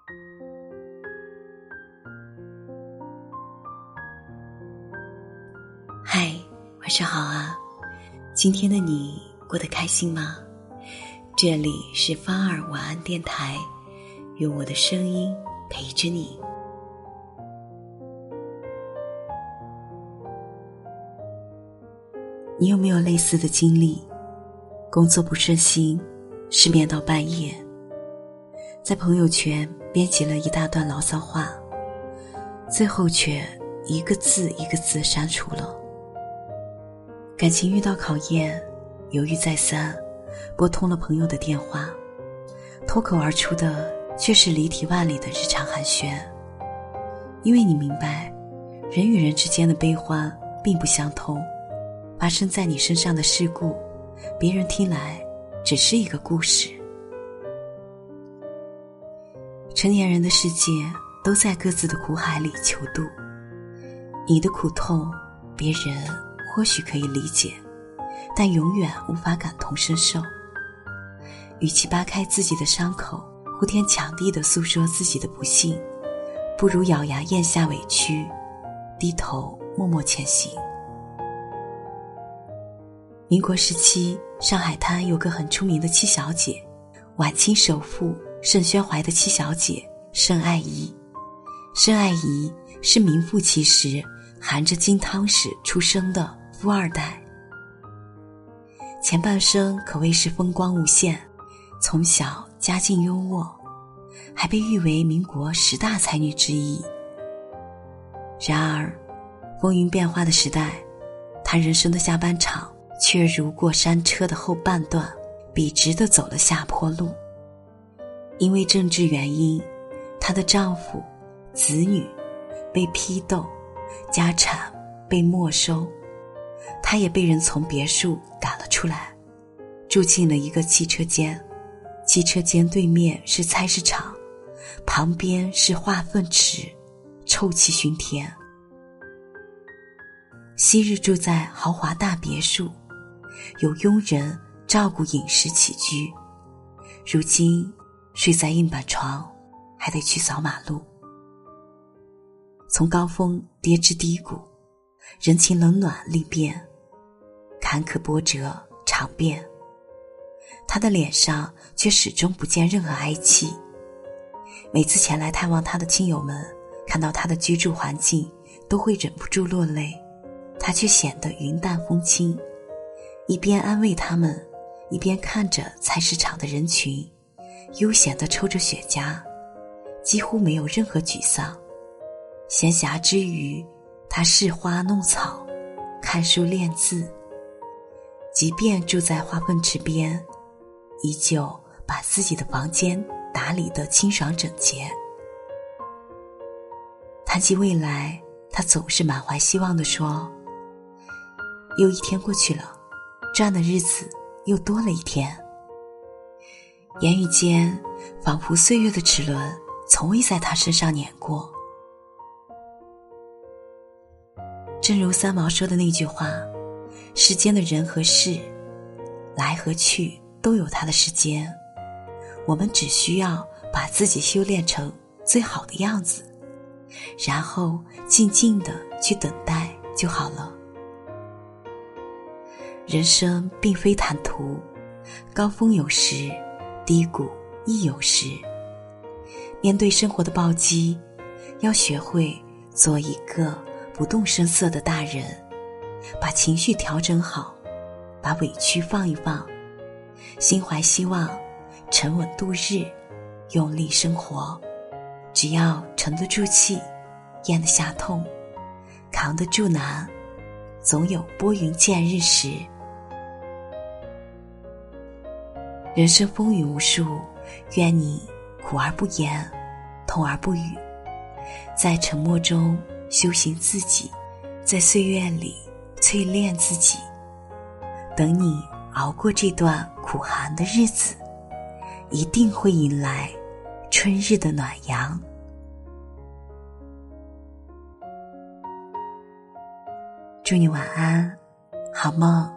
嗨，晚上好啊，今天的你过得开心吗？这里是芳儿晚安电台，用我的声音陪着你。你有没有类似的经历？工作不顺心，失眠到半夜，在朋友圈编辑了一大段牢骚话，最后却一个字一个字删除了。感情遇到考验，犹豫再三，拨通了朋友的电话，脱口而出的却是离题万里的日常寒暄。因为你明白，人与人之间的悲欢并不相通，发生在你身上的事故，别人听来只是一个故事。成年人的世界都在各自的苦海里求渡，你的苦痛别人或许可以理解，但永远无法感同身受。与其扒开自己的伤口，呼天抢地地诉说自己的不幸，不如咬牙咽下委屈，低头默默前行。民国时期，上海滩有个很出名的七小姐，晚清首富盛宣怀的七小姐盛爱仪。盛爱仪是名副其实含着金汤匙出生的富二代，前半生可谓是风光无限，从小家境优渥，还被誉为民国10大才女之一。然而风云变化的时代，她人生的下半场却如过山车的后半段，笔直地走了下坡路。因为政治原因，她的丈夫、子女被批斗，家产被没收，她也被人从别墅赶了出来，住进了一个汽车间。汽车间对面是菜市场，旁边是化粪池，臭气熏天。昔日住在豪华大别墅，有佣人照顾饮食起居，如今睡在硬板床，还得去扫马路。从高峰跌至低谷，人情冷暖历变，坎坷波折常变，他的脸上却始终不见任何哀戚。每次前来探望他的亲友们，看到他的居住环境，都会忍不住落泪，他却显得云淡风轻，一边安慰他们，一边看着菜市场的人群，悠闲地抽着雪茄，几乎没有任何沮丧。闲暇之余，他侍花弄草，看书练字，即便住在化粪池边，依旧把自己的房间打理得清爽整洁。谈及未来，他总是满怀希望地说，又一天过去了，赚的日子又多了一天。言语间仿佛岁月的齿轮从未在他身上碾过。正如三毛说的那句话，世间的人和事来和去都有它的时间，我们只需要把自己修炼成最好的样子，然后静静地去等待就好了。人生并非坦途，高峰有时，低谷亦有时。面对生活的暴击，要学会做一个不动声色的大人，把情绪调整好，把委屈放一放，心怀希望，沉稳度日，用力生活。只要沉得住气，咽得下痛，扛得住难，总有拨云见日时。人生风雨无数，愿你苦而不言，痛而不语，在沉默中修行自己，在岁月里淬炼自己。等你熬过这段苦寒的日子，一定会迎来春日的暖阳。祝你晚安，好梦。